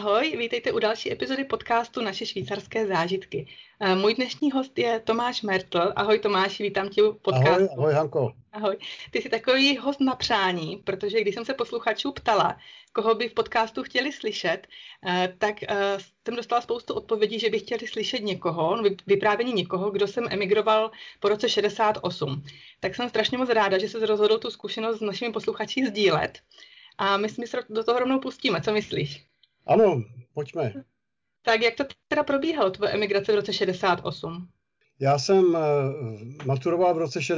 Ahoj, vítejte u další epizody podcastu Naše švýcarské zážitky. Můj dnešní host je Tomáš Mertl. Ahoj Tomáši, vítám tě u podcastu. Ahoj Hanko. Ahoj. Ty jsi takový host na přání, protože když jsem se posluchačů ptala, koho by v podcastu chtěli slyšet, tak jsem dostala spoustu odpovědí, že by chtěli slyšet někoho, vyprávění někoho, kdo jsem emigroval po roce 68. Tak jsem strašně moc ráda, že se rozhodl tu zkušenost s našimi posluchači sdílet. A my se do toho rovnou pustíme. Co myslíš? Ano, pojďme. Tak jak to teda probíhalo, tvoje emigrace v roce 68? Já jsem maturoval v roce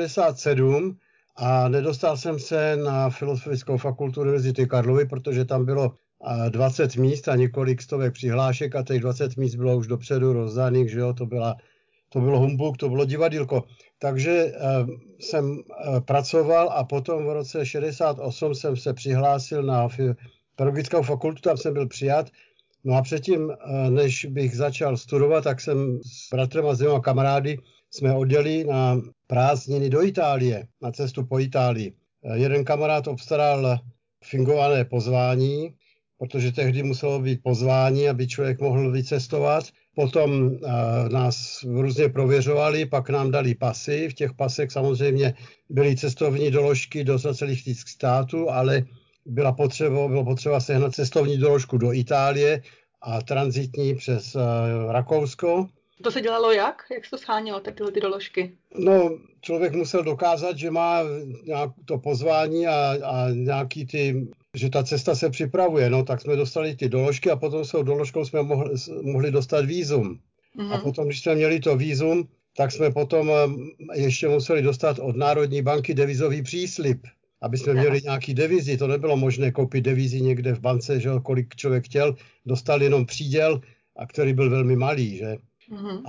67 a nedostal jsem se na Filozofickou fakultu Univerzity Karlovy, protože tam bylo 20 míst a několik stovek přihlášek a těch 20 míst bylo už dopředu rozdaných, že jo, to bylo humbuk, to bylo divadýlko. Takže jsem pracoval a potom v roce 68 jsem se přihlásil na Pedagogickou fakultu, tam jsem byl přijat. No a předtím, než bych začal studovat, tak jsem s bratrem a s dvěma kamarády jsme odjeli na prázdniny do Itálie, na cestu po Itálii. Jeden kamarád obstaral fingované pozvání, protože tehdy muselo být pozvání, aby člověk mohl vycestovat. Potom nás různě prověřovali, pak nám dali pasy. V těch pasech samozřejmě byly cestovní doložky do socialistických států, ale bylo potřeba sehnat cestovní doložku do Itálie a tranzitní přes Rakousko. To se dělalo jak? Jak se to schánělo, tyhle ty doložky? No, člověk musel dokázat, že má to pozvání a nějaký že ta cesta se připravuje. No, tak jsme dostali ty doložky a potom s tou doložkou jsme mohli dostat vízum. Mm-hmm. A potom, když jsme měli to vízum, tak jsme potom ještě museli dostat od Národní banky devizový příslib, aby jsme měli nějaký devizi. To nebylo možné koupit devizi někde v bance, že kolik člověk chtěl, dostal jenom příděl, a který byl velmi malý, že? Mm-hmm.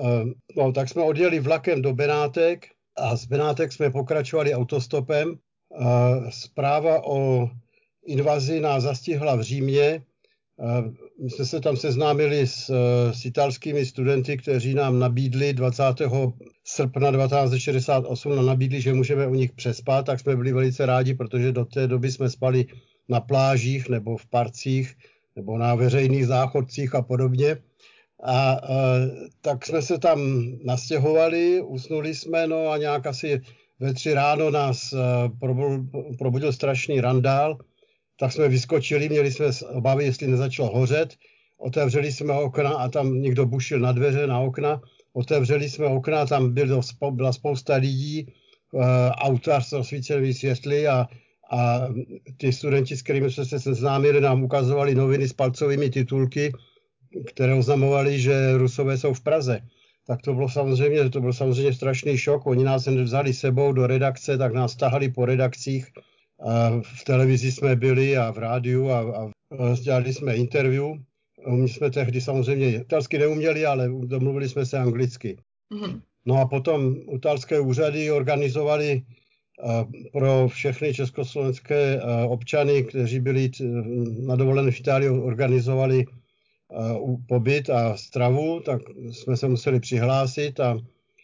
A tak jsme odjeli vlakem do Benátek a z Benátek jsme pokračovali autostopem. Zpráva o invazi nás zastihla v Římě. My jsme se tam seznámili s italskými studenty, kteří nám nabídli 20. srpna 1968 nabídli, že můžeme u nich přespat, tak jsme byli velice rádi, protože do té doby jsme spali na plážích nebo v parcích nebo na veřejných záchodcích a podobně. A tak jsme se tam nastěhovali, usnuli jsme, no a nějak asi ve 3 ráno nás probudil strašný randál. Tak jsme vyskočili, měli jsme obavy, jestli nezačalo hořet. Otevřeli jsme okna a tam někdo bušil na dveře, na okna. Otevřeli jsme okna, tam byla spousta lidí, auta s osvícenými světly a ty studenti, s kterými jsme se seznámili, nám ukazovali noviny s palcovými titulky, které oznamovali, že Rusové jsou v Praze. Tak to byl samozřejmě strašný šok. Oni nás vzali sebou do redakce, tak nás tahali po redakcích. V televizi jsme byli a v rádiu a dělali jsme interview. My jsme tehdy samozřejmě italsky neuměli, ale domluvili jsme se anglicky. Mm-hmm. No a potom italské úřady organizovali pro všechny československé občany, kteří byli na dovolené v Itálii, organizovali pobyt a stravu, tak jsme se museli přihlásit a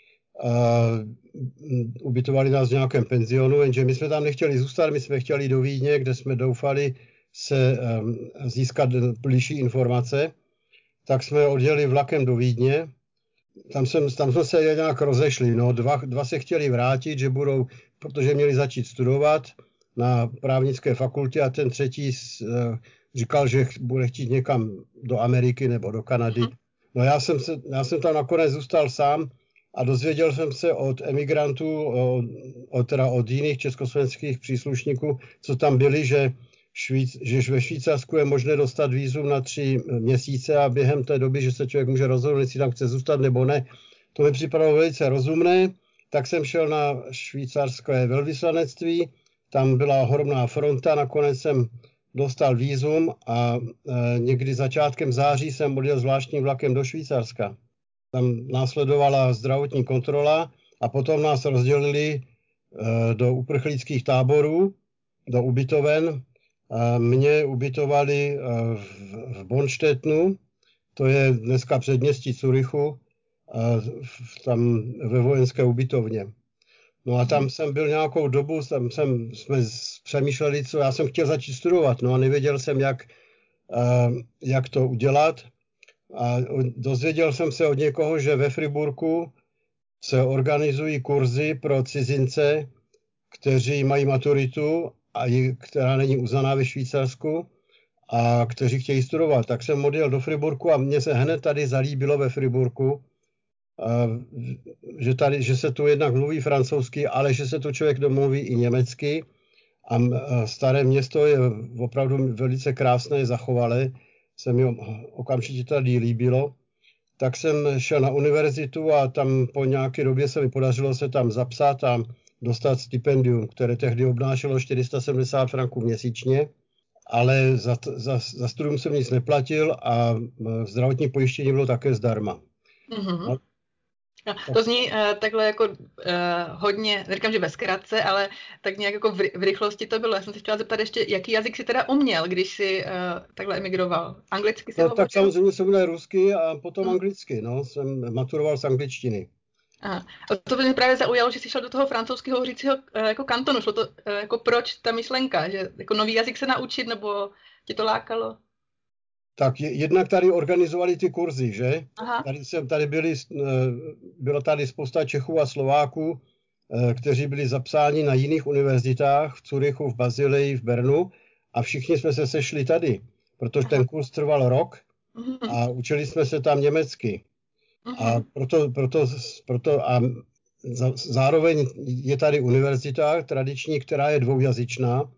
ubytovali nás v nějakém penzionu, jenže my jsme tam nechtěli zůstat, my jsme chtěli do Vídně, kde jsme doufali se získat bližší informace, tak jsme odjeli vlakem do Vídně. Tam jsme se nějak rozešli, no, dva se chtěli vrátit, že budou, protože měli začít studovat na právnické fakultě a ten třetí říkal, že bude chtít někam do Ameriky nebo do Kanady. No já jsem tam nakonec zůstal sám a dozvěděl jsem se od emigrantů, od jiných československých příslušníků, co tam byli, že ve Švýcarsku je možné dostat vízum na 3 měsíce a během té doby, že se člověk může rozhodnout, jestli tam chce zůstat nebo ne. To mi připadalo velice rozumné, tak jsem šel na švýcarské velvyslanectví, tam byla ohromná fronta, nakonec jsem dostal vízum a někdy začátkem září jsem odjel zvláštním vlakem do Švýcarska. Tam následovala zdravotní kontrola a potom nás rozdělili do uprchlických táborů, do ubytoven. Mě ubytovali v Bonštetnu, to je dneska předměstí Curychu, tam ve vojenské ubytovně. No a tam jsem byl nějakou dobu, jsme přemýšleli, co já jsem chtěl začít studovat, no a nevěděl jsem, jak jak to udělat. A dozvěděl jsem se od někoho, že ve Friburku se organizují kurzy pro cizince, kteří mají maturitu, která není uznaná ve Švýcarsku, a kteří chtějí studovat. Tak jsem odjel do Friburku a mně se hned tady zalíbilo ve Friburku, že se tu jednak mluví francouzsky, ale že se tu člověk domluví i německy. A staré město je opravdu velice krásné, zachovalé. Se mi okamžitě tady líbilo. Tak jsem šel na univerzitu a tam po nějaké době se mi podařilo se tam zapsat a dostat stipendium, které tehdy obnášelo 470 franků měsíčně, ale za studium jsem nic neplatil a zdravotní pojištění bylo také zdarma. Mm-hmm. To zní takhle jako hodně, neříkám, že ve zkratce, ale tak nějak jako v rychlosti to bylo. Já jsem se chtěla zeptat ještě, jaký jazyk si teda uměl, když si takhle emigroval? Anglicky si hovořil? Tak samozřejmě jsem uměl rusky a potom anglicky. No. Jsem maturoval z angličtiny. Aha. A to mě právě zaujalo, že jsi šel do toho francouzského hovořícího jako kantonu. Šlo to jako proč ta myšlenka, že jako nový jazyk se naučit, nebo tě to lákalo? Tak jednak tady organizovali ty kurzy, že? Byla tady spousta Čechů a Slováků, kteří byli zapsáni na jiných univerzitách, v Curychu, v Bazileji, v Bernu, a všichni jsme se sešli tady, protože ten kurz trval rok a učili jsme se tam německy. A zároveň je tady univerzita tradiční, která je dvoujazyčná.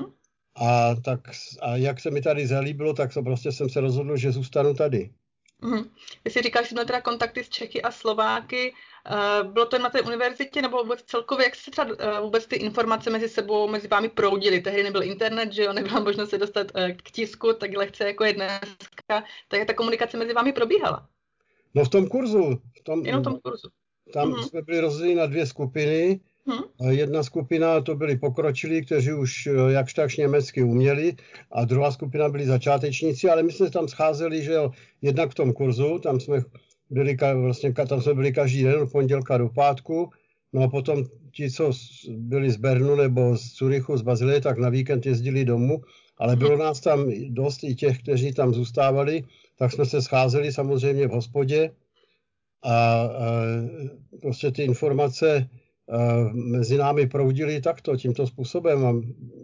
A jak se mi tady zalíbilo, tak jsem se rozhodl, že zůstanu tady. Vy jsi říkal, že jsi měl teda kontakty s Čechy a Slováky. Bylo to jen na té univerzitě, nebo vůbec celkově, jak se třeba vůbec ty informace mezi vámi proudily? Tehdy nebyl internet, že jo, nebyla možnost se dostat k tisku tak lehce jako je dneska. Tak ta komunikace mezi vámi probíhala? No v tom kurzu. Jenom v tom kurzu. Tam jsme byli rozděleni na dvě skupiny. Jedna skupina to byli pokročilí, kteří už jakž takž německy uměli, a druhá skupina byli začátečníci, ale my jsme tam scházeli, že jo, jednak v tom kurzu, tam jsme byli každý den od pondělka do pátku, no a potom ti, co byli z Bernu nebo z Curychu, z Bazileje, tak na víkend jezdili domů, ale bylo nás tam dost i těch, kteří tam zůstávali, tak jsme se scházeli samozřejmě v hospodě a prostě ty informace mezi námi proudili takto, tímto způsobem. A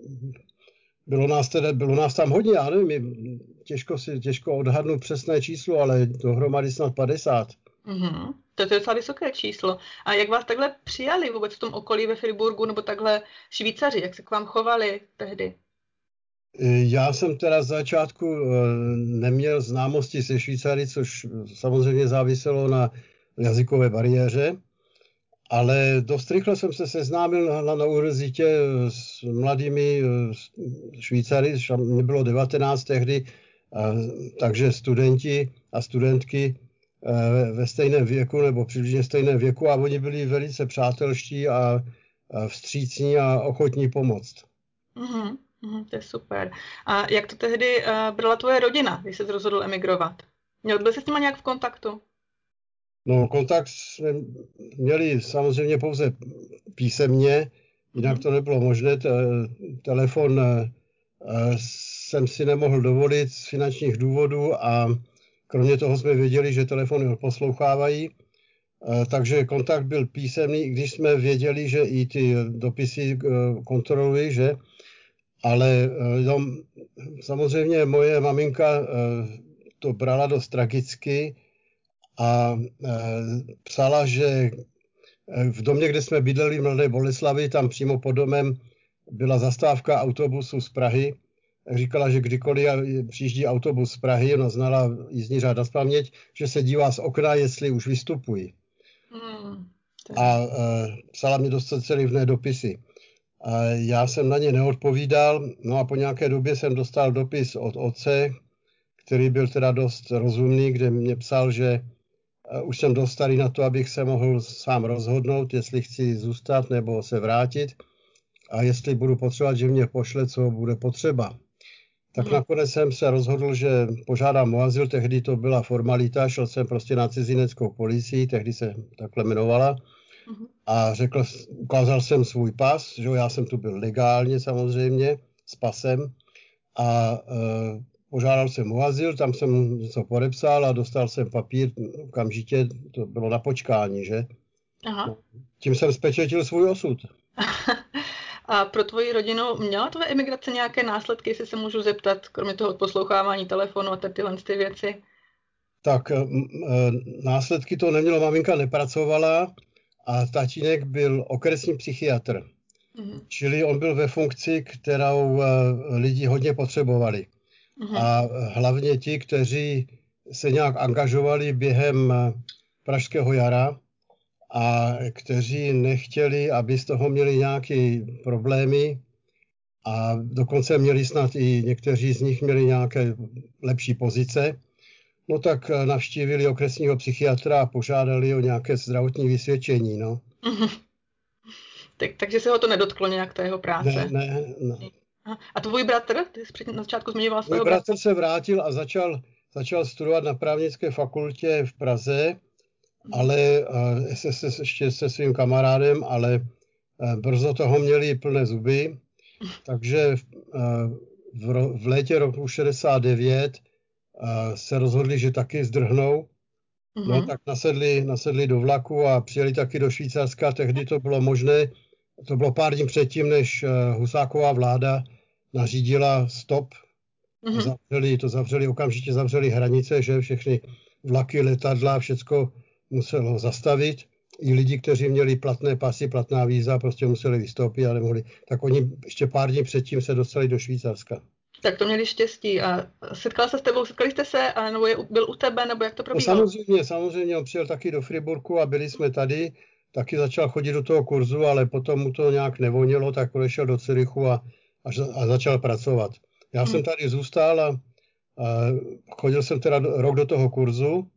bylo nás tam hodně, já nevím, těžko odhadnout přesné číslo, ale dohromady snad 50. To je docela vysoké číslo. A jak vás takhle přijali vůbec v tom okolí ve Friburgu, nebo takhle Švýcaři, jak se k vám chovali tehdy? Já jsem teda z začátku neměl známosti se Švýcary, což samozřejmě záviselo na jazykové bariéře. Ale dost rychle jsem se seznámil na univerzitě s mladými Švýcary, mě bylo 19 tehdy, takže studenti a studentky ve stejném věku nebo přibližně stejném věku, a oni byli velice přátelští a vstřícní a ochotní pomoct. To je super. A jak to tehdy brala tvoje rodina, když jsi rozhodl emigrovat? Byl jsi s nima nějak v kontaktu? No, kontakt jsme měli samozřejmě pouze písemně, jinak to nebylo možné. Telefon jsem si nemohl dovolit z finančních důvodů a kromě toho jsme věděli, že telefony odposlouchávají, takže kontakt byl písemný, i když jsme věděli, že i ty dopisy kontrolují, že? Ale samozřejmě moje maminka to brala dost tragicky a psala, že v domě, kde jsme bydleli v Mladé Boleslavi, tam přímo pod domem byla zastávka autobusu z Prahy. Říkala, že kdykoliv přijíždí autobus z Prahy, ona znala jízdní řád nazpaměť, že se dívá z okna, jestli už vystupují. A psala mi dost celivné dopisy. A já jsem na ně neodpovídal, no a po nějaké době jsem dostal dopis od otce, který byl teda dost rozumný, kde mě psal, že už jsem dost starý na to, abych se mohl sám rozhodnout, jestli chci zůstat nebo se vrátit, a jestli budu potřebovat, že mě pošle, co bude potřeba. Tak nakonec jsem se rozhodl, že požádám o azyl, tehdy to byla formalita, šel jsem prostě na cizineckou policii, tehdy se takhle jmenovala, a ukázal jsem svůj pas, že já jsem tu byl legálně samozřejmě, s pasem, a požádal jsem o azyl, tam jsem něco podepsal a dostal jsem papír okamžitě, to bylo na počkání, že? Aha. No, tím jsem spečetil svůj osud. A pro tvoji rodinu měla tvoje emigrace nějaké následky, jestli se můžu zeptat, kromě toho odposlouchávání telefonu a tyhle ty věci? Tak následky to nemělo, maminka nepracovala a tatínek byl okresní psychiatr. Čili on byl ve funkci, kterou lidi hodně potřebovali. A hlavně ti, kteří se nějak angažovali během Pražského jara a kteří nechtěli, aby z toho měli nějaké problémy a dokonce měli snad i někteří z nich měli nějaké lepší pozice, no tak navštívili okresního psychiatra a požádali o nějaké zdravotní vysvědčení, no. Takže se ho to nedotklo nějak, té jeho práce? Ne. A tvůj bratr? Ty jsi na začátku zmiňoval svého bratra. Můj bratr se vrátil a začal studovat na právnické fakultě v Praze, ale ještě se svým kamarádem, ale brzo toho měli plné zuby, takže v létě roku 69 se rozhodli, že taky zdrhnou. No tak nasedli do vlaku a přijeli taky do Švýcarska. Tehdy to bylo možné, to bylo pár dní předtím, než Husáková vláda nařídila stop. Okamžitě zavřeli hranice, že všechny vlaky, letadla, všecko muselo zastavit. I lidi, kteří měli platné pasy, platná víza, prostě museli vystoupit a nemohli. Tak oni ještě pár dní předtím se dostali do Švýcarska. Tak to měli štěstí. A setkali jste se, nebo byl u tebe, nebo jak to probíhalo? No samozřejmě, on přijel taky do Friburku a byli jsme tady. Taky začal chodit do toho kurzu, ale potom mu to nějak nevonilo, tak odešel do Curychu a začal pracovat. Já jsem tady zůstal a chodil jsem teda rok do toho kurzu.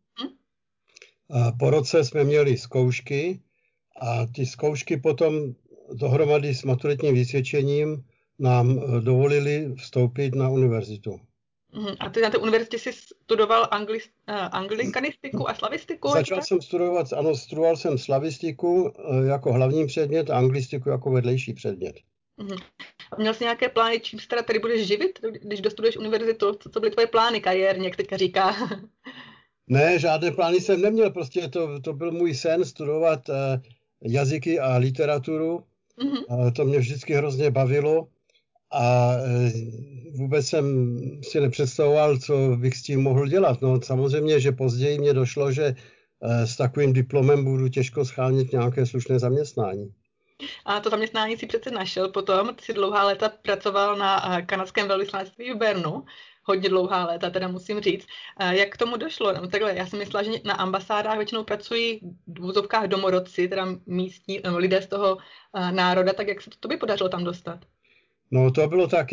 A po roce jsme měli zkoušky a ty zkoušky potom dohromady s maturitním vysvědčením nám dovolili vstoupit na univerzitu. A ty na té univerzitě jsi studoval anglikanistiku a slavistiku? Studoval jsem slavistiku jako hlavní předmět a anglistiku jako vedlejší předmět. A měl jsi nějaké plány, čím se teda tady budeš živit, když dostuduješ univerzitu? Co byly tvoje plány kariérně, jak teďka říká? Ne, žádné plány jsem neměl, prostě to byl můj sen studovat jazyky a literaturu. To mě vždycky hrozně bavilo a vůbec jsem si nepředstavoval, co bych s tím mohl dělat. No samozřejmě, že později mě došlo, že s takovým diplomem budu těžko shánět nějaké slušné zaměstnání. A to zaměstnání si přece našel potom. Ty jsi dlouhá léta pracoval na kanadském velvyslanectví v Bernu. Hodně dlouhá léta, teda musím říct. Jak k tomu došlo? No, takhle, já jsem myslela, že na ambasádách většinou pracují v vozovkách domorodci, teda místní lidé z toho národa, tak jak se to tobě podařilo tam dostat? No to bylo tak,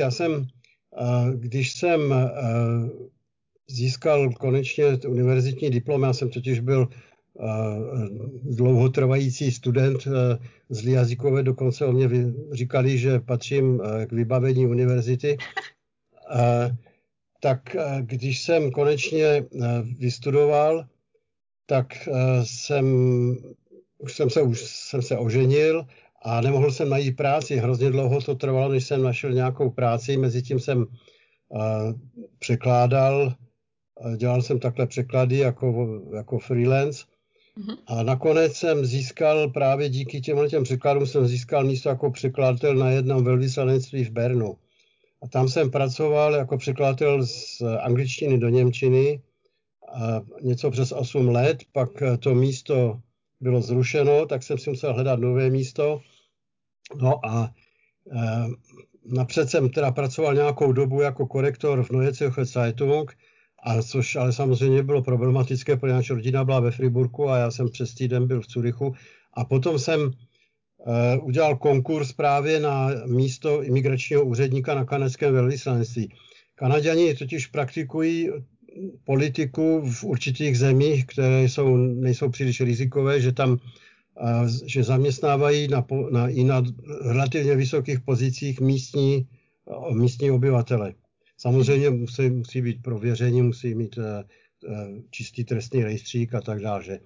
když jsem získal konečně univerzitní diplom, já jsem totiž byl dlouhotrvající student z jazykové, dokonce o mě říkali, že patřím k vybavení univerzity. Tak když jsem konečně vystudoval, tak jsem se oženil a nemohl jsem najít práci. Hrozně dlouho to trvalo, než jsem našel nějakou práci. Mezitím jsem překládal, dělal jsem takhle překlady jako freelance. A nakonec jsem získal právě díky těm překladům jsem získal místo jako překladatel na jednom velvyslanectví v Bernu. A tam jsem pracoval jako překladatel z angličtiny do němčiny něco přes 8 let, pak to místo bylo zrušeno, tak jsem si musel hledat nové místo. No a napřed jsem teda pracoval nějakou dobu jako korektor v Neue Zürcher Zeitung, což ale samozřejmě bylo problematické, protože naše rodina byla ve Friburku a já jsem přes týden byl v Curychu. A potom jsem udělal konkurs právě na místo imigračního úředníka na kanadském velvyslanectví. Kanaďani totiž praktikují politiku v určitých zemích, které nejsou příliš rizikové, že zaměstnávají i na relativně vysokých pozicích místní obyvatele. Samozřejmě musí být prověření, musí mít čistý trestný rejstřík a tak dále.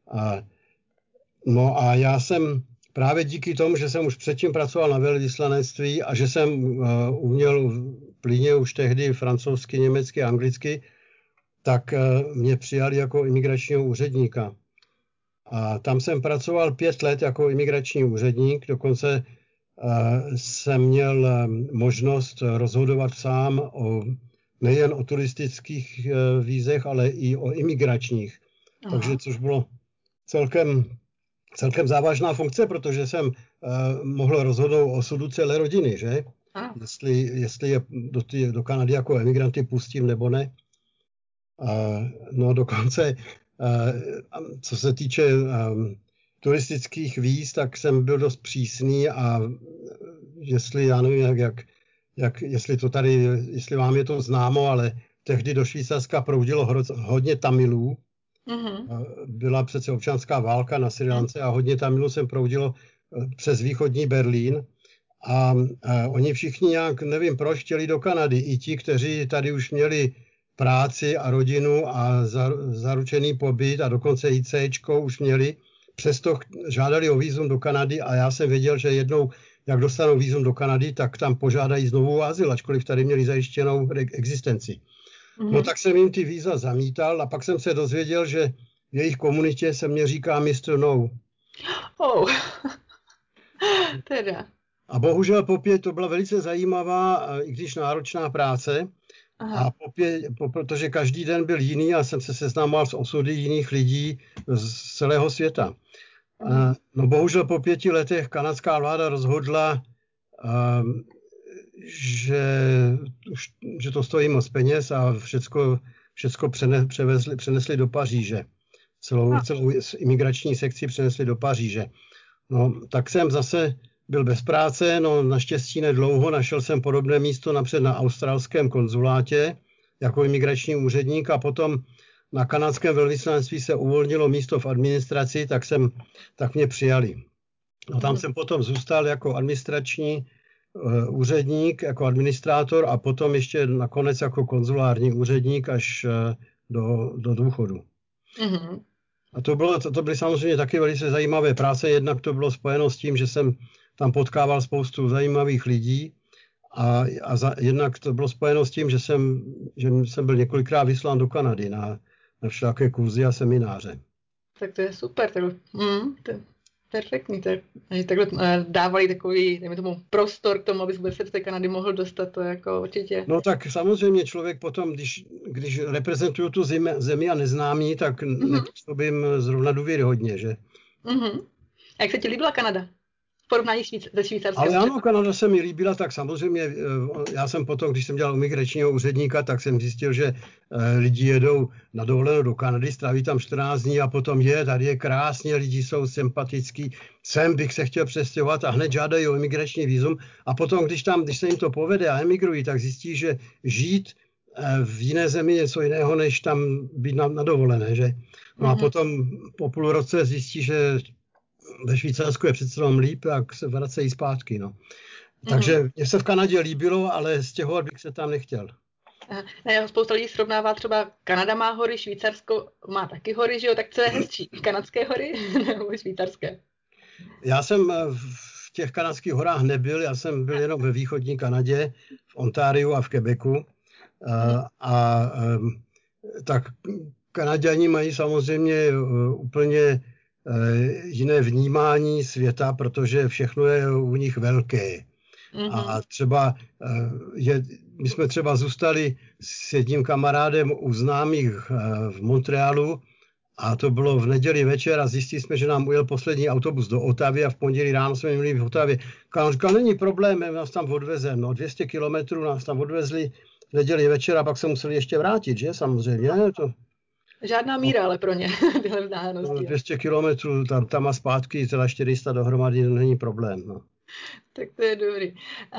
No a já jsem právě díky tomu, že jsem už předtím pracoval na velvyslanectví a že jsem uměl plyně už tehdy francouzsky, německy, anglicky, tak mě přijali jako imigračního úředníka. A tam jsem pracoval 5 let jako imigrační úředník, dokonce jsem měl možnost rozhodovat sám nejen o turistických vízech, ale i o imigračních. Aha. Takže což bylo celkem závažná funkce, protože jsem mohl rozhodnout o osudu celé rodiny, že? Jestli je do Kanady jako emigranty pustím nebo ne. No dokonce, co se týče turistických víz, tak jsem byl dost přísný a jestli, já nevím, jestli vám je to známo, ale tehdy do Švýcarska proudilo hodně Tamilů. Mm-hmm. Byla přece občanská válka na Srí Lance a hodně Tamilů sem proudilo přes východní Berlín. A oni všichni nějak, nevím proč, chtěli do Kanady. I ti, kteří tady už měli práci a rodinu a zaručený pobyt a dokonce i C-čko už měli, přesto žádali o vízum do Kanady a já jsem věděl, že jednou, jak dostanou vízum do Kanady, tak tam požádají znovu o azyl, ačkoliv tady měli zajištěnou existenci. Mm-hmm. No tak jsem jim ty víza zamítal a pak jsem se dozvěděl, že v jejich komunitě se mě říká Mr. No. Oh, teda. A bohužel to byla velice zajímavá, i když náročná práce. Aha. A protože každý den byl jiný a jsem se seznámal s osudy jiných lidí z celého světa. No bohužel po 5 letech kanadská vláda rozhodla, že to stojí moc peněz a všecko přenesli do Paříže. Celou imigrační sekci přenesli do Paříže. No tak jsem zase byl bez práce, no naštěstí nedlouho, našel jsem podobné místo napřed na australském konzulátě jako imigrační úředník a potom na kanadském velvyslanectví se uvolnilo místo v administraci, tak mě přijali. No tam jsem potom zůstal jako administrační úředník, jako administrátor a potom ještě nakonec jako konzulární úředník až do důchodu. Mm-hmm. A to byly samozřejmě taky velice zajímavé práce, jednak to bylo spojeno s tím, že jsem tam potkával spoustu zajímavých lidí a jednak to bylo spojeno s tím, že jsem byl několikrát vyslán do Kanady na všelijaké kurzy a semináře. Tak to je super, to je perfektní. Takhle dávali takový, dejme tomu, prostor k tomu, aby vůbec se do té Kanady mohl dostat, to jako určitě. No tak samozřejmě člověk potom, když reprezentuju tu zemi a neznámí, tak nepůsobím zrovna důvěryhodně, že? Mm-hmm. A jak se ti líbila Kanada? Porovnání se Švýcarskem. Ale ano, Kanada se mi líbila, tak samozřejmě já jsem potom, když jsem dělal imigračního úředníka, tak jsem zjistil, že lidi jedou na dovolenou do Kanady, stráví tam 14 dní a potom tady je krásně, lidi jsou sympatický, sem bych se chtěl přestěhovat a hned žádají o imigrační vízum a potom, když se jim to povede a emigrují, tak zjistí, že žít v jiné zemi je něco jiného, než tam být na dovolené, že? No a potom po půl roce zjistí, že ve Švýcarsku je přece jenom líp, jak se vracejí zpátky, no. Takže mě se v Kanadě líbilo, ale stěhovat bych se tam nechtěl. Ne, spousta lidí srovnává třeba Kanada má hory, Švýcarsko má taky hory, že jo, tak co je hezčí? Kanadské hory nebo švýcarské? Já jsem v těch kanadských horách nebyl, já jsem byl jenom ve východní Kanadě, v Ontariu a v Quebecu. Tak Kanaďani mají samozřejmě úplně jiné vnímání světa, protože všechno je u nich velké. A třeba my jsme třeba zůstali s jedním kamarádem u známých v Montrealu a to bylo v neděli večer a zjistili jsme, že nám ujel poslední autobus do Otavy a v pondělí ráno jsme měli v Otavě. On říkal, není problém, nás tam odvezem. No 200 kilometrů nás tam odvezli v neděli večer a pak se museli ještě vrátit, že? Samozřejmě. Žádná míra, ale pro ně tyhle vzdálenosti. 200 kilometrů tam a zpátky, teda 400 dohromady, není problém. No. Tak to je dobrý.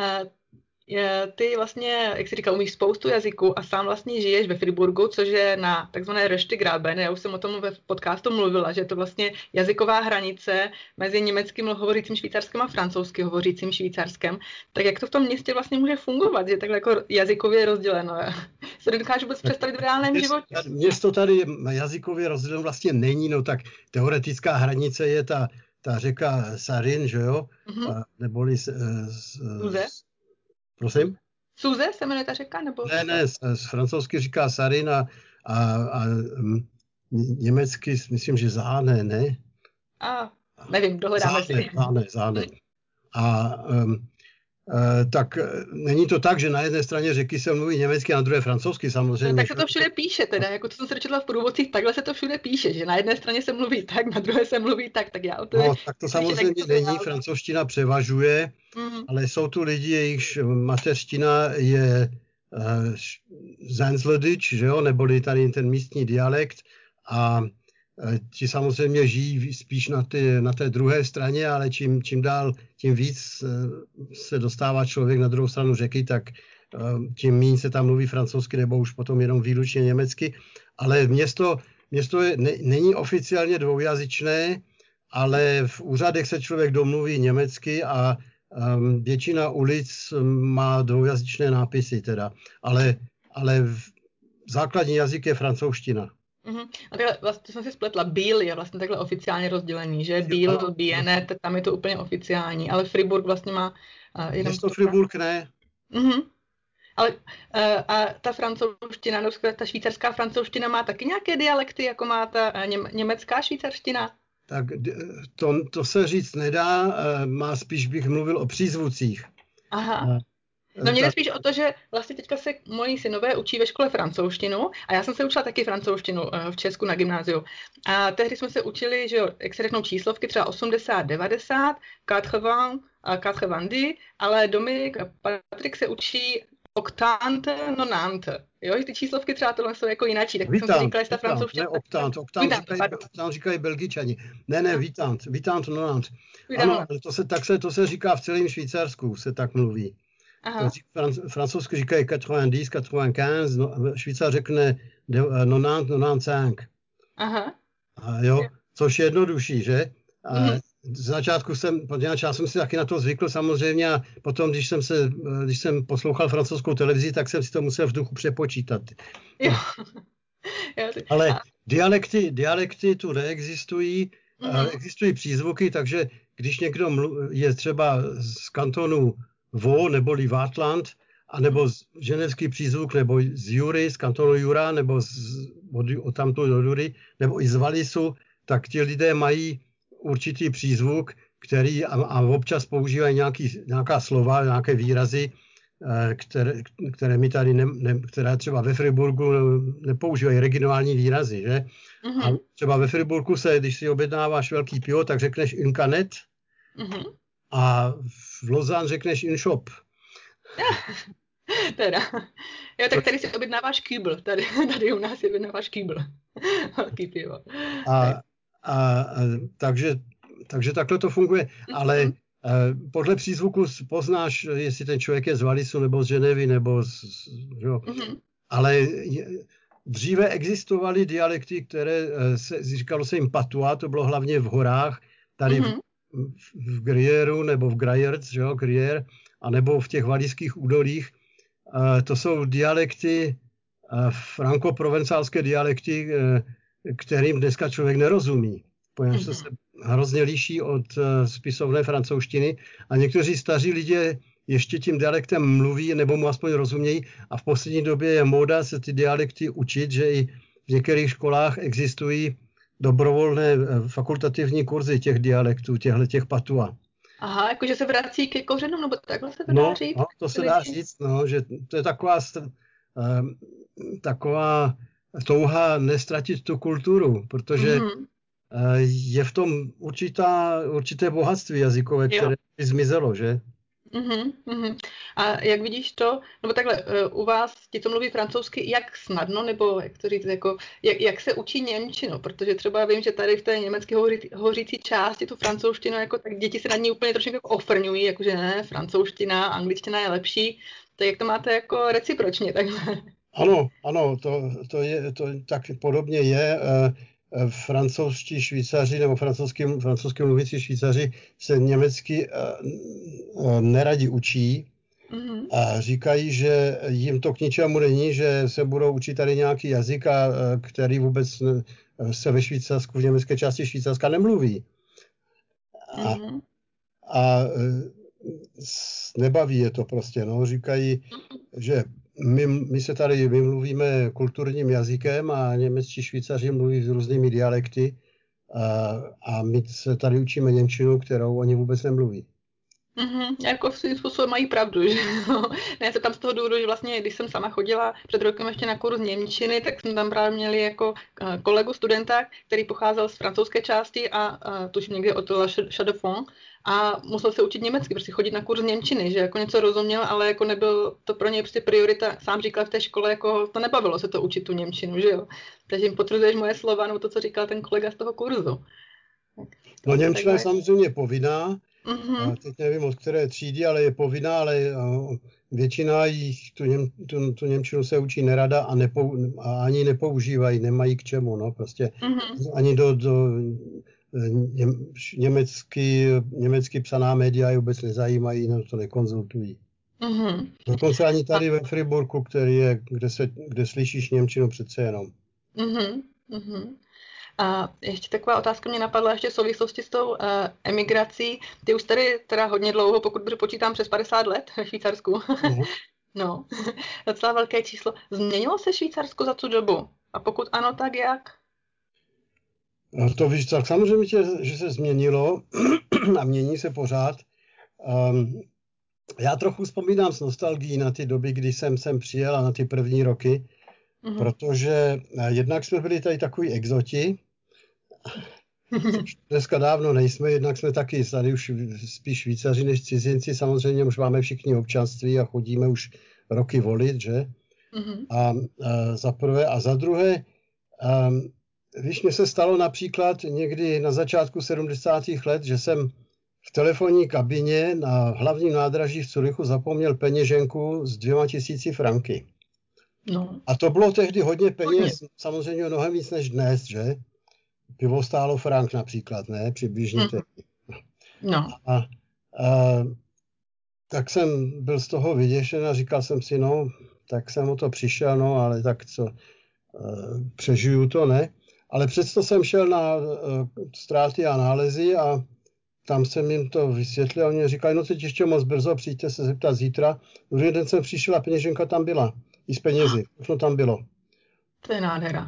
Ty vlastně, jak jsi říkal, umíš spoustu jazyků a sám vlastně žiješ ve Friburgu, což je na takzvané Rösti Graben. Já už jsem o tom ve podcastu mluvila, že je to vlastně jazyková hranice mezi německým hovořícím Švýcarskem a francouzsky hovořícím Švýcarskem. Tak jak to v tom městě vlastně může fungovat, že takhle jako jazykově rozděleno? Se dokážu vůbec představit v reálném životě? Město tady jazykově rozděleno vlastně není, no tak teoretická hranice je ta řeka Sarin, že jo? Neboli Luze? Prosím? Suze se jmenuje ta řeka? Nebo ne, z francouzsky říká Sarin a německy myslím, že Záne, ne? Nevím, dohledáme si. Záne. A tak není to tak, že na jedné straně řeky se mluví německy a na druhé francouzsky samozřejmě. No, tak se to všude píše teda, jako to jsem se dočetla v průvodcích, takhle se to všude píše, že na jedné straně se mluví tak, na druhé se mluví tak já to no, tak to samozřejmě není, francouzština převažuje, ale jsou tu lidi, jejichž mateřština je Zenzledič, že jo, neboli tady ten místní dialekt a ti samozřejmě žijí spíš na té druhé straně, ale čím dál, tím víc se dostává člověk na druhou stranu řeky, tak tím méně se tam mluví francouzsky nebo už potom jenom výlučně německy. Ale město není oficiálně dvoujazyčné, ale v úřadech se člověk domluví německy a většina ulic má dvoujazyčné nápisy teda. Ale základní jazyk je francouzština. A takhle vlastně jsem si spletla. Biel je vlastně takhle oficiálně rozdělený, že? Biel, Bienne, tam je to úplně oficiální, ale Fribourg vlastně má jenom... Město Fribourg ne. Ale a ta francouzština, nebo ta švýcarská francouzština má taky nějaké dialekty, jako má ta německá švýcarština? Tak to se říct nedá, spíš bych mluvil o přízvucích. Aha. No mě jde spíš o to, že vlastně teďka se moji synové učí ve škole francouzštinu a já jsem se učila taky francouzštinu v Česku na gymnáziu. A tehdy jsme se učili, že jo, jak se řeknou číslovky, třeba 80, 90, 80 a 90, ale Dominik a Patrik se učí oktante, nonante. Jo, že ty číslovky třeba tohle jsou jako jináčí. Tak jsem si říkala, že ta francouzština... Ne, oktant říkají Belgičani. Ne, vitant, nonant. Ano, to se říká v celém Švýcarsku, se tak mluví. Francouzsky říkají 90, 95, Švýcar řekne 90, 95. Aha. Jo, což je jednodušší, že? Z začátku jsem si taky na to zvykl samozřejmě a potom, když jsem poslouchal francouzskou televizi, tak jsem si to musel v duchu přepočítat. Jo. Ale dialekty tu neexistují, existují přízvuky, takže když někdo je třeba z kantonu Vaud neboli Václav, anebo ženevský přízvuk, nebo z Jury, z kantonu Jura, nebo od tamtu do Jury, nebo i z Valisu, tak ti lidé mají určitý přízvuk, který a občas používají nějaká slova, nějaké výrazy, které my tady které třeba ve Friburgu nepoužívají regionální výrazy, že? A třeba ve Friburgu když si objednáváš velký pivo, tak řekneš une canette a v Lausanne řekneš une shop. Teda. Jo, tak tady si objednáváš kýbl. Tady u nás si objednáváš kýbl. Velký pivo. Takže takhle to funguje, ale podle přízvuku poznáš, jestli ten člověk je z Valisu, nebo z Ženevy, nebo ale dříve existovaly dialekty, které říkalo se jim patois, to bylo hlavně v horách, tady v Gruyéru, nebo v Gruyères, že jo, Gruyère, anebo v těch valiských údolích. To jsou dialekty, franko-provencálské dialekty, kterým dneska člověk nerozumí, protože se hrozně liší od spisovné francouzštiny a někteří staří lidé ještě tím dialektem mluví nebo mu aspoň rozumějí a v poslední době je móda se ty dialekty učit, že i v některých školách existují dobrovolné fakultativní kurzy těch dialektů, těch patois. Aha, jakože se vrací ke kořenům, nebo takhle se to dá říct? No, to se dá říct, že to je taková touha nestratit tu kulturu, protože je v tom určité bohatství jazykové, které by zmizelo, že? A jak vidíš to, nebo takhle, u vás ti, co mluví francouzsky, jak snadno, nebo jak to říct, jako, jak se učí němčinu, protože třeba vím, že tady v té německy hovořící části tu francouzštinu, jako, tak děti se na ní úplně trošku jako ofrňují, jakože ne, francouzština, angličtina je lepší, tak jak to máte jako recipročně takhle? Ano, to tak podobně je. Francouzští Švýcaři nebo francouzsky mluvící Švýcaři se německy neradi učí a říkají, že jim to k ničemu není, že se budou učit tady nějaký jazyk, který vůbec se ve Švýcarsku, v německé části Švýcarska nemluví. A nebaví je to prostě, no. Říkají, že my se tady mluvíme kulturním jazykem a němečtí Švýcaři mluví s různými dialekty a my se tady učíme němčinu, kterou oni vůbec nemluví. Jako svým způsobem mají pravdu, že no. Ne, se tam z toho důvodu, že vlastně, když jsem sama chodila před rokem ještě na kurz němčiny, tak jsme tam právě měli jako kolegu studenta, který pocházel z francouzské části a tuším někde od La Chaux-de-Fonds a musel se učit německy, prostě chodit na kurz němčiny, že jako něco rozuměl, ale jako nebyl to pro něj prostě priorita. Sám říkal v té škole, jako to nebavilo se to učit tu němčinu, že jo. Takže jim potvrzuješ moje slova, nebo to, co říkal ten kolega z toho kurzu. No němčina je samozřejmě povinná. Teď nevím, od které třídy, ale je povinná, ale většina jich tu němčinu se učí nerada a ani nepoužívají, nemají k čemu, no, prostě ani do německy psaná média je vůbec nezajímají, no, to nekonzultují. Dokonce ani tady ve Friburgu, kde slyšíš němčinu přece jenom. A ještě taková otázka mě napadla ještě v souvislosti s tou emigrací. Ty už tady teda hodně dlouho, pokud počítám přes 50 let ve Švýcarsku. No, docela velké číslo. Změnilo se Švýcarsko za tu dobu? A pokud ano, tak jak? To víš, tak samozřejmě, že se změnilo a mění se pořád. Já trochu vzpomínám s nostalgií na ty doby, kdy jsem sem přijel a na ty první roky, protože jednak jsme byli tady takový exoti, dneska dávno nejsme, jednak jsme taky tady už spíš Švýcaři než cizinci, samozřejmě už máme všichni občanství a chodíme už roky volit, že? A za prvé a za druhé, víš, mně se stalo například někdy na začátku 70. let, že jsem v telefonní kabině na hlavním nádraží v Curychu zapomněl peněženku s 2000 franky. No. A to bylo tehdy hodně peněz, samozřejmě mnohem víc než dnes, že? Pivo stálo frank například, ne? Přibližně tehdy. No. A tak jsem byl z toho vyděšen a říkal jsem si, no, tak jsem o to přišel, no, ale tak co, přežiju to, ne? Ale přesto jsem šel na ztráty a nálezy a tam jsem jim to vysvětlil a oni říkali, no teď ještě moc brzo, přijďte se zeptat zítra. Druhý den jsem přišel a peněženka tam byla. I s penězi, všechno tam bylo. To je nádhera.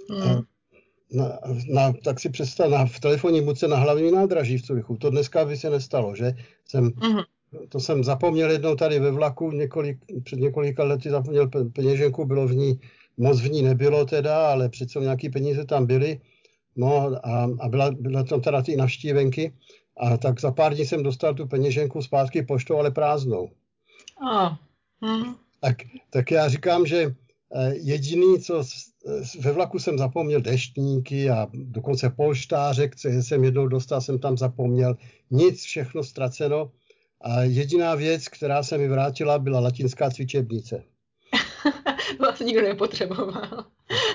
Tak si představ, v telefonní budce na hlavní nádraží v Curychu. To dneska by se nestalo, že? To jsem zapomněl jednou tady ve vlaku, před několika lety zapomněl peněženku, bylo v ní, moc v ní nebylo teda, ale přece nějaký peníze tam byly. No a byla tam teda ty navštívenky. A tak za pár dní jsem dostal tu peněženku zpátky poštou, ale prázdnou. Tak já říkám, že jediný, co ve vlaku jsem zapomněl deštníky a dokonce polštářek, co jsem jednou dostal, jsem tam zapomněl. Nic, všechno ztraceno. A jediná věc, která se mi vrátila, byla latinská cvičebnice. Vlastně nikdo nepotřeboval.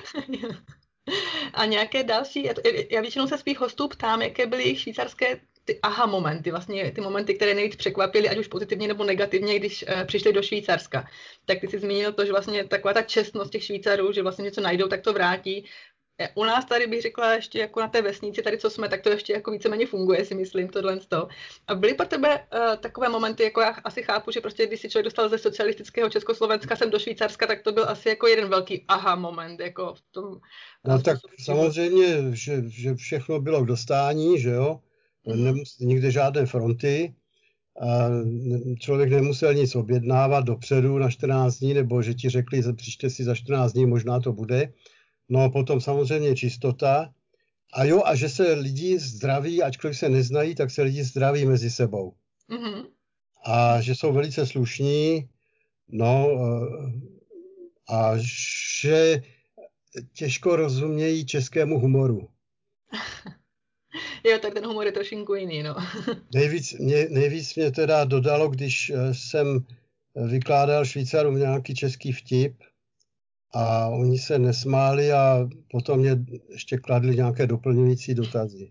A nějaké další, já většinou se svých hostů ptám, jaké byly jejich švýcarské ty aha momenty, vlastně ty momenty, které nejvíc překvapily, ať už pozitivně nebo negativně, když přišli do Švýcarska. Tak ty jsi zmínil to, že vlastně taková ta čestnost těch Švýcarů, že vlastně něco najdou, tak to vrátí. U nás tady bych řekla ještě jako na té vesnici, tady co jsme, tak to ještě jako víceméně funguje, si myslím, tohle z toho. A byly pro tebe takové momenty, jako já asi chápu, že prostě když si člověk dostal ze socialistického Československa sem do Švýcarska, tak to byl asi jako jeden velký aha moment, jako v tom. No tak samozřejmě, že všechno bylo k dostání, že jo, nikde žádné fronty, a člověk nemusel nic objednávat dopředu na 14 dní, nebo že ti řekli, přijďte si za 14 dní, možná to bude. No potom samozřejmě čistota. A že se lidi zdraví, ačkoliv se neznají, tak se lidi zdraví mezi sebou. A že jsou velice slušní, no a že těžko rozumějí českému humoru. Jo, tak ten humor je trošinku jiný, no. Nejvíc mě teda dodalo, když jsem vykládal Švýcarům nějaký český vtip a oni se nesmáli a potom mě ještě kladli nějaké doplňující dotazy.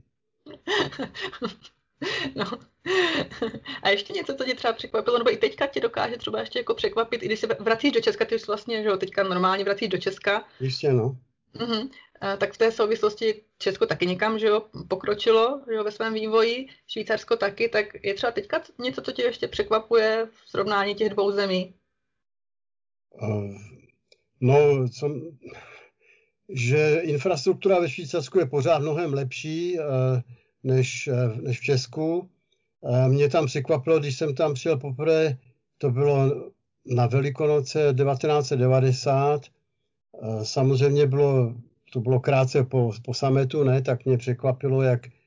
No. A ještě něco, co tě třeba překvapilo, nebo i teďka tě dokáže třeba ještě jako překvapit, i když se vracíš do Česka, ty už vlastně, že jo, teďka normálně vracíš do Česka. Jistě, no. tak v té souvislosti Česko taky někam, že jo, pokročilo, že jo, ve svém vývoji, Švýcarsko taky, tak je třeba teďka něco, co tě ještě překvapuje v srovnání těch dvou zemí? Že infrastruktura ve Švýcarsku je pořád mnohem lepší než v Česku. Mě tam překvapilo, když jsem tam přijel poprvé, to bylo na Velikonoce 1990. Samozřejmě to bylo krátce po sametu, ne, tak mě překvapilo,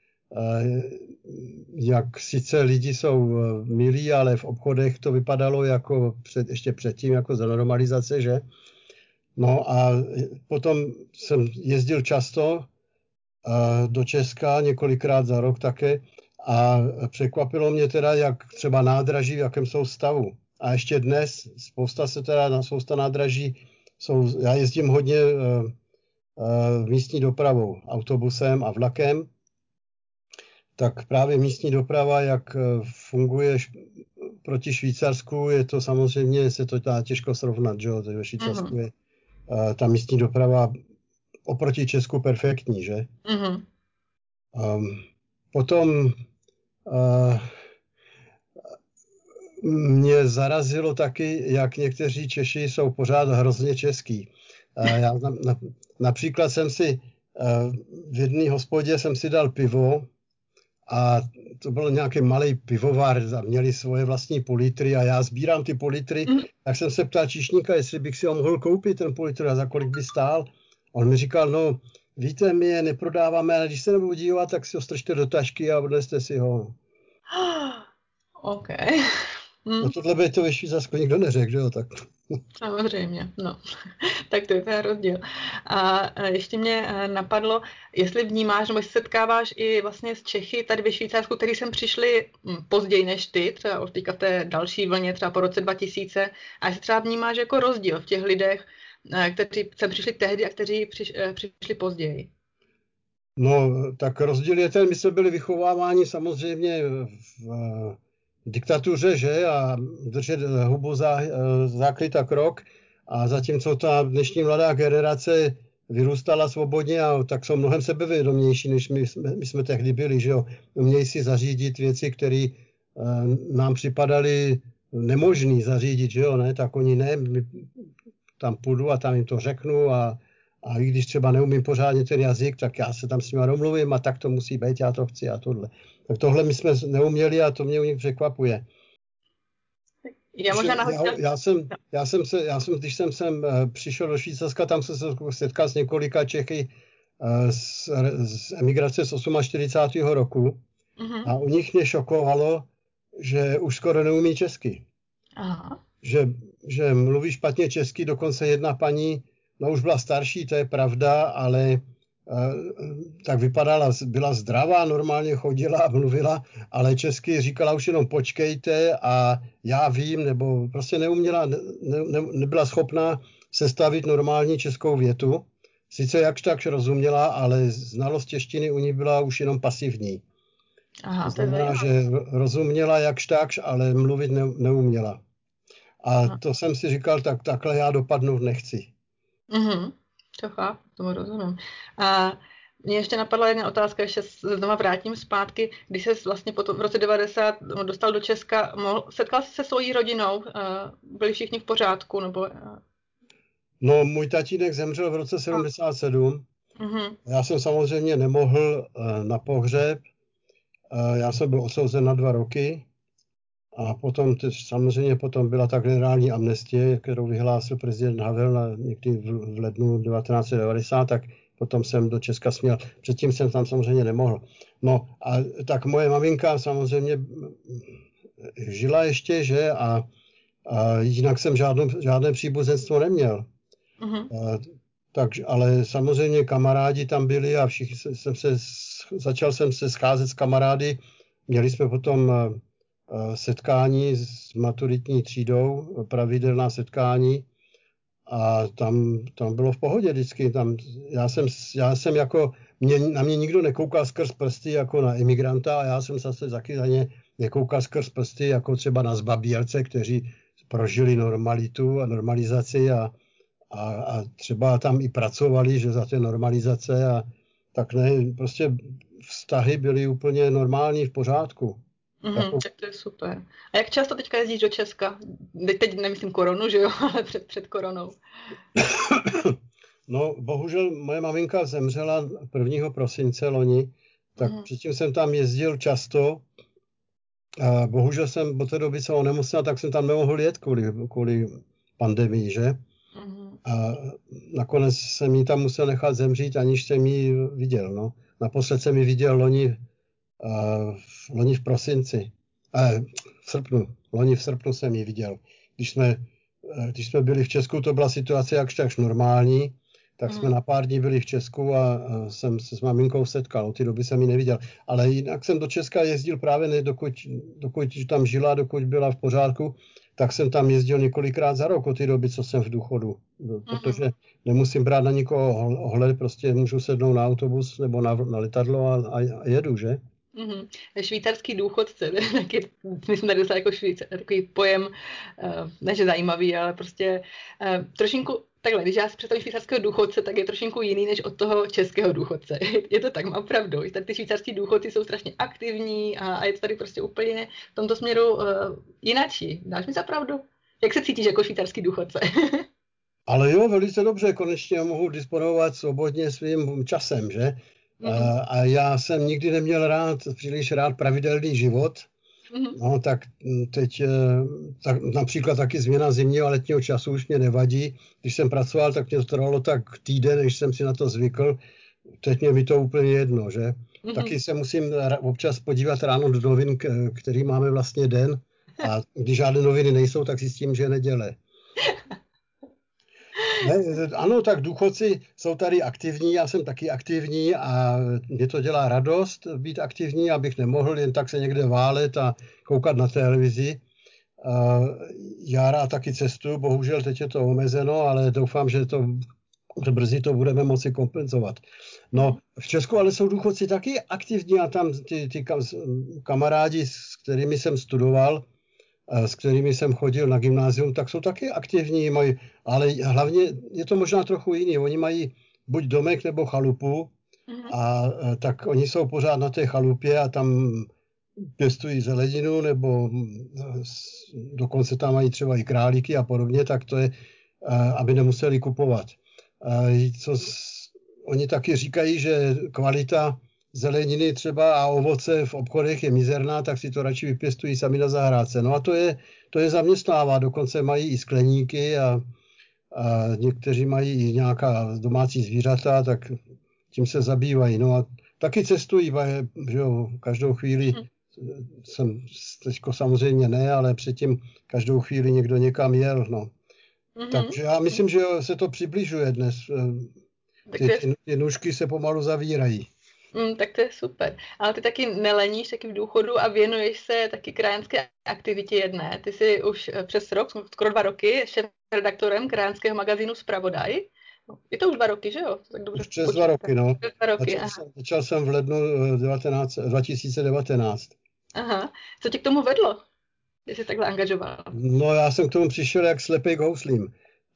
jak sice lidi jsou milí, ale v obchodech to vypadalo jako ještě předtím, jako za normalizace, že? No a potom jsem jezdil často do Česka, několikrát za rok také, a překvapilo mě teda, jak třeba nádraží, v jakém jsou stavu. A ještě dnes spousta nádraží já jezdím hodně místní dopravou, autobusem a vlakem, tak právě místní doprava, jak funguje proti Švýcarsku, je to samozřejmě, se to dá těžko srovnat, že jo, ve Švýcarsku je ta místní doprava oproti Česku perfektní, že? Potom mě zarazilo taky, jak někteří Češi jsou pořád hrozně český. Já například jsem si v jedné hospodě jsem si dal pivo a to byl nějaký malý pivovar a měli svoje vlastní půlitry a já sbírám ty půlitry, tak jsem se ptal číšníka, jestli bych si ho mohl koupit, ten půlitr, a za kolik by stál. On mi říkal, no víte, my je neprodáváme, ale když se nebudu dívat, tak si ho strčte do tašky a odneste si ho. OK. No tohle by to ve Švýcarsku nikdo neřekl, že jo? Tak. Samozřejmě, no. Tak to je ten rozdíl. A ještě mě napadlo, jestli vnímáš, nebo jestli setkáváš i vlastně s Čechy tady ve Švýcarsku, kteří sem přišli později než ty, třeba od teďka v té další vlně, třeba po roce 2000, a jestli třeba vnímáš jako rozdíl v těch lidech, kteří sem přišli tehdy a kteří přišli později. No, tak rozdíl je ten, my jsme byli vychováváni samozřejmě v diktatuře, že, a držet hubu záklid a krok, a zatímco ta dnešní mladá generace vyrůstala svobodně, a tak jsou mnohem sebevědomější, než my jsme tehdy byli, že jo. Umějí si zařídit věci, které nám připadaly nemožný zařídit, že jo, ne, tak oni ne, my tam půjdu a tam jim to řeknu, a i když třeba neumím pořádně ten jazyk, tak já se tam s nima domluvím a tak to musí být, já to chci a tohle. Tak tohle my jsme neuměli a to mě u nich překvapuje. Když jsem sem přišel do Švýcarska, tam jsem se setkal s několika Čechy z emigrace z 48. roku. A u nich mě šokovalo, že už skoro neumí česky. Aha. Že mluví špatně česky, dokonce jedna paní, no už byla starší, to je pravda, ale tak vypadala, byla zdravá, normálně chodila a mluvila, ale česky říkala už jenom počkejte a já vím, nebo prostě nebyla schopná sestavit normální českou větu. Sice jakž takž rozuměla, ale znalost češtiny u ní byla už jenom pasivní. Aha, to znamená, že rozuměla jakž takž, ale mluvit neuměla. A to jsem si říkal, takhle já dopadnout nechci. To chápu, tomu rozumím. A mě ještě napadla jedna otázka, ještě znova vrátím zpátky, když se vlastně potom v roce 90 dostal do Česka, setkal jsi se svojí rodinou, byli všichni v pořádku, nebo... No, můj tatínek zemřel v roce 77. Já jsem samozřejmě nemohl na pohřeb, já jsem byl odsouzen na 2 roky a potom byla ta generální amnestie, kterou vyhlásil prezident Havel někdy v lednu 1990, tak potom jsem do Česka směl. Předtím jsem tam samozřejmě nemohl. No a tak moje maminka samozřejmě žila ještě, že, a jinak jsem žádné příbuzenstvo neměl. Ale samozřejmě kamarádi tam byli a začal jsem se scházet s kamarády. Měli jsme potom setkání s maturitní třídou, pravidelná setkání, a tam bylo v pohodě vždycky. Já jsem jako, na mě nikdo nekoukal skrz prsty jako na imigranta, a já jsem zase taky za ně nekoukal skrz prsty jako třeba na zbabělce, kteří prožili normalitu a normalizaci, a a třeba tam i pracovali, že za té normalizace a tak ne, prostě vztahy byly úplně normální, v pořádku. Tak to je super. A jak často teďka jezdíš do Česka? Teď nemyslím koronu, že jo, ale před koronou. No, bohužel moje maminka zemřela 1. prosince loni, tak předtím jsem tam jezdil často. A bohužel jsem od té doby se onemocněl, tak jsem tam nemohl jet kvůli pandemii, že? A nakonec jsem ji tam musel nechat zemřít, aniž jsem ji viděl. No. Naposled jsem ji viděl loni v prosinci. V srpnu. Loni v srpnu jsem ji viděl. Když jsme byli v Česku, to byla situace jakž takž normální, tak jsme na pár dní byli v Česku a jsem se s maminkou setkal. Od té doby jsem ji neviděl. Ale jinak jsem do Česka jezdil právě, dokud tam žila, dokud byla v pořádku, tak jsem tam jezdil několikrát za rok od té doby, co jsem v důchodu. Protože nemusím brát na nikoho ohled, prostě můžu sednout na autobus nebo na letadlo a jedu, že? Švýcarský důchodce, taky, my jsme tady dostali jako takový pojem, ne že zajímavý, ale prostě trošinku, takhle, když já si představím švýcarského důchodce, tak je trošinku jiný než od toho českého důchodce. Je to tak, mám pravdu. Tady ty švýcarský důchodci jsou strašně aktivní a je to tady prostě úplně v tomto směru jinačí. Dáš mi za pravdu? Jak se cítíš jako švýcarský důchodce? Ale jo, velice dobře, konečně mohu disponovat svobodně svým časem, že? A já jsem nikdy neměl příliš rád pravidelný život. No tak teď například taky změna zimního a letního času už mě nevadí. Když jsem pracoval, tak mě to trvalo tak týden, než jsem si na to zvykl. Teď mě mi to úplně jedno, že? Taky se musím občas podívat ráno do novin, který máme vlastně den. A když žádné noviny nejsou, tak zjistím, že je neděle. Ne, ano, tak důchodci jsou tady aktivní, já jsem taky aktivní a mě to dělá radost být aktivní, abych nemohl jen tak se někde válet a koukat na televizi. Já rád taky cestuju, bohužel teď je to omezeno, ale doufám, že brzy to budeme moci kompenzovat. No, v Česku ale jsou důchodci taky aktivní a tam ty kamarádi, s kterými jsem studoval, s kterými jsem chodil na gymnázium, tak jsou taky aktivní, ale hlavně je to možná trochu jiný. Oni mají buď domek nebo chalupu a tak oni jsou pořád na té chalupě a tam pěstují zeleninu nebo dokonce tam mají třeba i králíky a podobně, tak to je, aby nemuseli kupovat. Oni taky říkají, že kvalita zeleniny třeba a ovoce v obchodech je mizerná, tak si to radši vypěstují sami na zahrádce. No a to je zaměstnává, dokonce mají i skleníky a někteří mají i nějaká domácí zvířata, tak tím se zabývají. No a taky cestují, že jo, každou chvíli teďko samozřejmě ne, ale předtím každou chvíli někdo někam jel, no. Takže já myslím, že se to přibližuje dnes. Ty nůžky se pomalu zavírají. Tak to je super. Ale ty taky neleníš, taky v důchodu a věnuješ se taky krajanské aktivitě jedné. Ty jsi už přes rok, skoro 2 roky, šéfredaktorem krajanského magazínu Zpravodaj. Je to už 2 roky, že jo? Tak dobře už přes 2 roky, no. Přes 2 roky, začal jsem v lednu 2019. Aha. Co tě k tomu vedlo? Že jsi takhle angažoval? No, já jsem k tomu přišel jak slepej k houslím.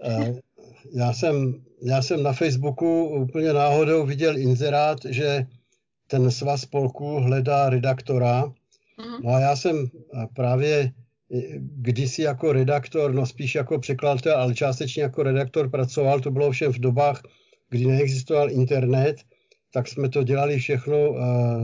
Já jsem na Facebooku úplně náhodou viděl inzerát, že ten svaz spolků hledá redaktora. No a já jsem právě kdysi jako redaktor, no spíš jako překladatel, ale částečně jako redaktor pracoval. To bylo všem v dobách, kdy neexistoval internet, tak jsme to dělali všechno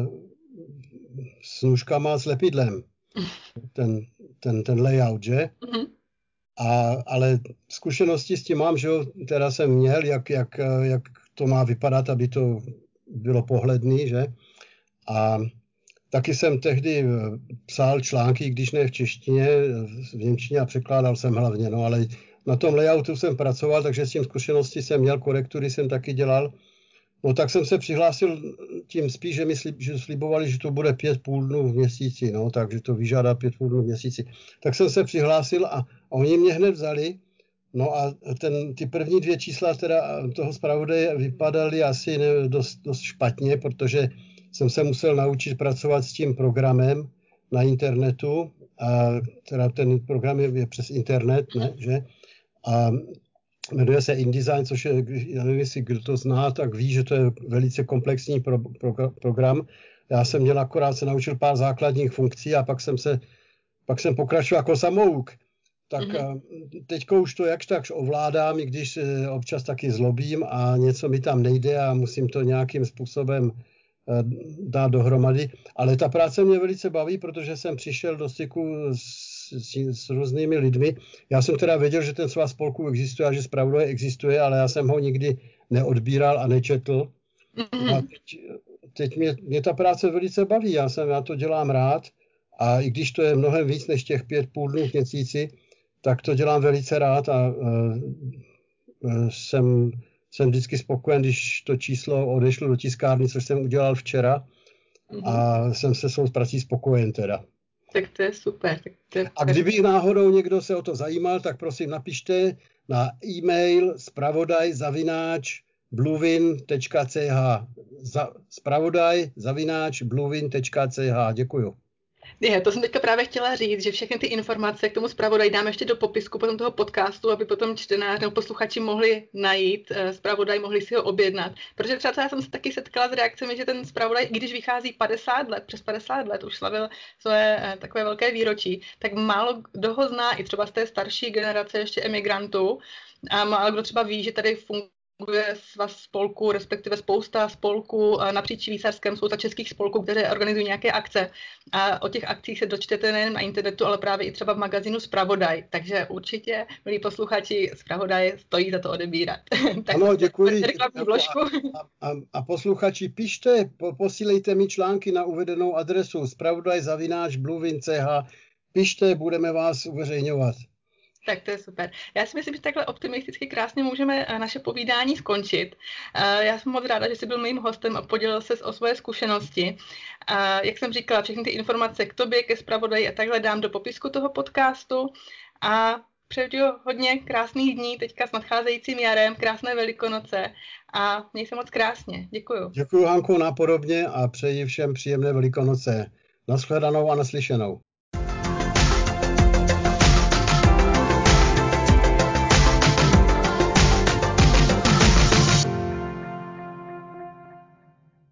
s nůžkama a s lepidlem. Ten layout, že? Ale zkušenosti s tím mám, že teda jsem měl, jak to má vypadat, aby to bylo pohledný, že? A taky jsem tehdy psal články, když ne v češtině, v němčině a překládal jsem hlavně, no ale na tom layoutu jsem pracoval, takže s tím zkušenosti jsem měl, korektury jsem taky dělal. No tak jsem se přihlásil tím spíš, že mi slibovali, že to bude 5,5 dnů v měsíci, no, takže to vyžádá 5,5 dnů v měsíci. Tak jsem se přihlásil a oni mě hned vzali, no a ty první 2 čísla teda toho zpravodaje vypadaly asi dost špatně, protože jsem se musel naučit pracovat s tím programem na internetu, a teda ten program je přes internet, ne, že? A jmenuje se InDesign, což je, já nevím, jestli kdo to zná, tak ví, že to je velice komplexní program. Já jsem měl akorát se naučil pár základních funkcí a pak jsem pokračoval jako samouk. Tak teďko už to jakž takž ovládám, i když občas taky zlobím a něco mi tam nejde a musím to nějakým způsobem dát dohromady. Ale ta práce mě velice baví, protože jsem přišel do styku s různými lidmi. Já jsem teda věděl, že ten svaz spolků existuje a že zpravodaj existuje, ale já jsem ho nikdy neodbíral a nečetl. A teď mě ta práce velice baví, já to dělám rád a i když to je mnohem víc než těch 5,5 dnů v měsíci, tak to dělám velice rád a jsem vždycky spokojen, když to číslo odešlo do tiskárny, což jsem udělal včera a jsem se svou prací spokojen teda. Tak to je super. A kdyby náhodou někdo se o to zajímal, tak prosím napište na e-mail spravodaj@bluevin.ch spravodaj@bluevin.ch. Děkuju. To jsem teďka právě chtěla říct, že všechny ty informace k tomu zpravodaj dáme ještě do popisku potom toho podcastu, aby potom čtenáři nebo posluchači mohli najít zpravodaj, mohli si ho objednat. Protože třeba já jsem se taky setkala s reakcemi, že ten zpravodaj, i když vychází 50 let, přes 50 let, už slavil své takové velké výročí, tak málo kdo ho zná, i třeba z té starší generace ještě emigrantů. A málo kdo třeba ví, že tady funguje svaz spolků, respektive spousta spolků napříč Švýcarskem, spousta českých spolků, které organizují nějaké akce. A o těch akcích se dočtete nejen na internetu, ale právě i třeba v magazínu Zpravodaj. Takže určitě, milí posluchači, Zpravodaj stojí za to odebírat. Ano, děkuji. A posluchači, pište, posílejte mi články na uvedenou adresu spravodaj@bluevin.ch. Pište, budeme vás uveřejňovat. Tak to je super. Já si myslím, že takhle optimisticky krásně můžeme naše povídání skončit. Já jsem moc ráda, že jsi byl mým hostem a podělil ses o své zkušenosti. Jak jsem říkala, všechny ty informace k tobě, ke zpravodaji a takhle dám do popisku toho podcastu a přeju hodně krásných dní teďka s nadcházejícím jarem, krásné Velikonoce a měj se moc krásně. Děkuju. Děkuju, Hanko, napodobně a přeji všem příjemné Velikonoce. Nashledanou a naslyšenou.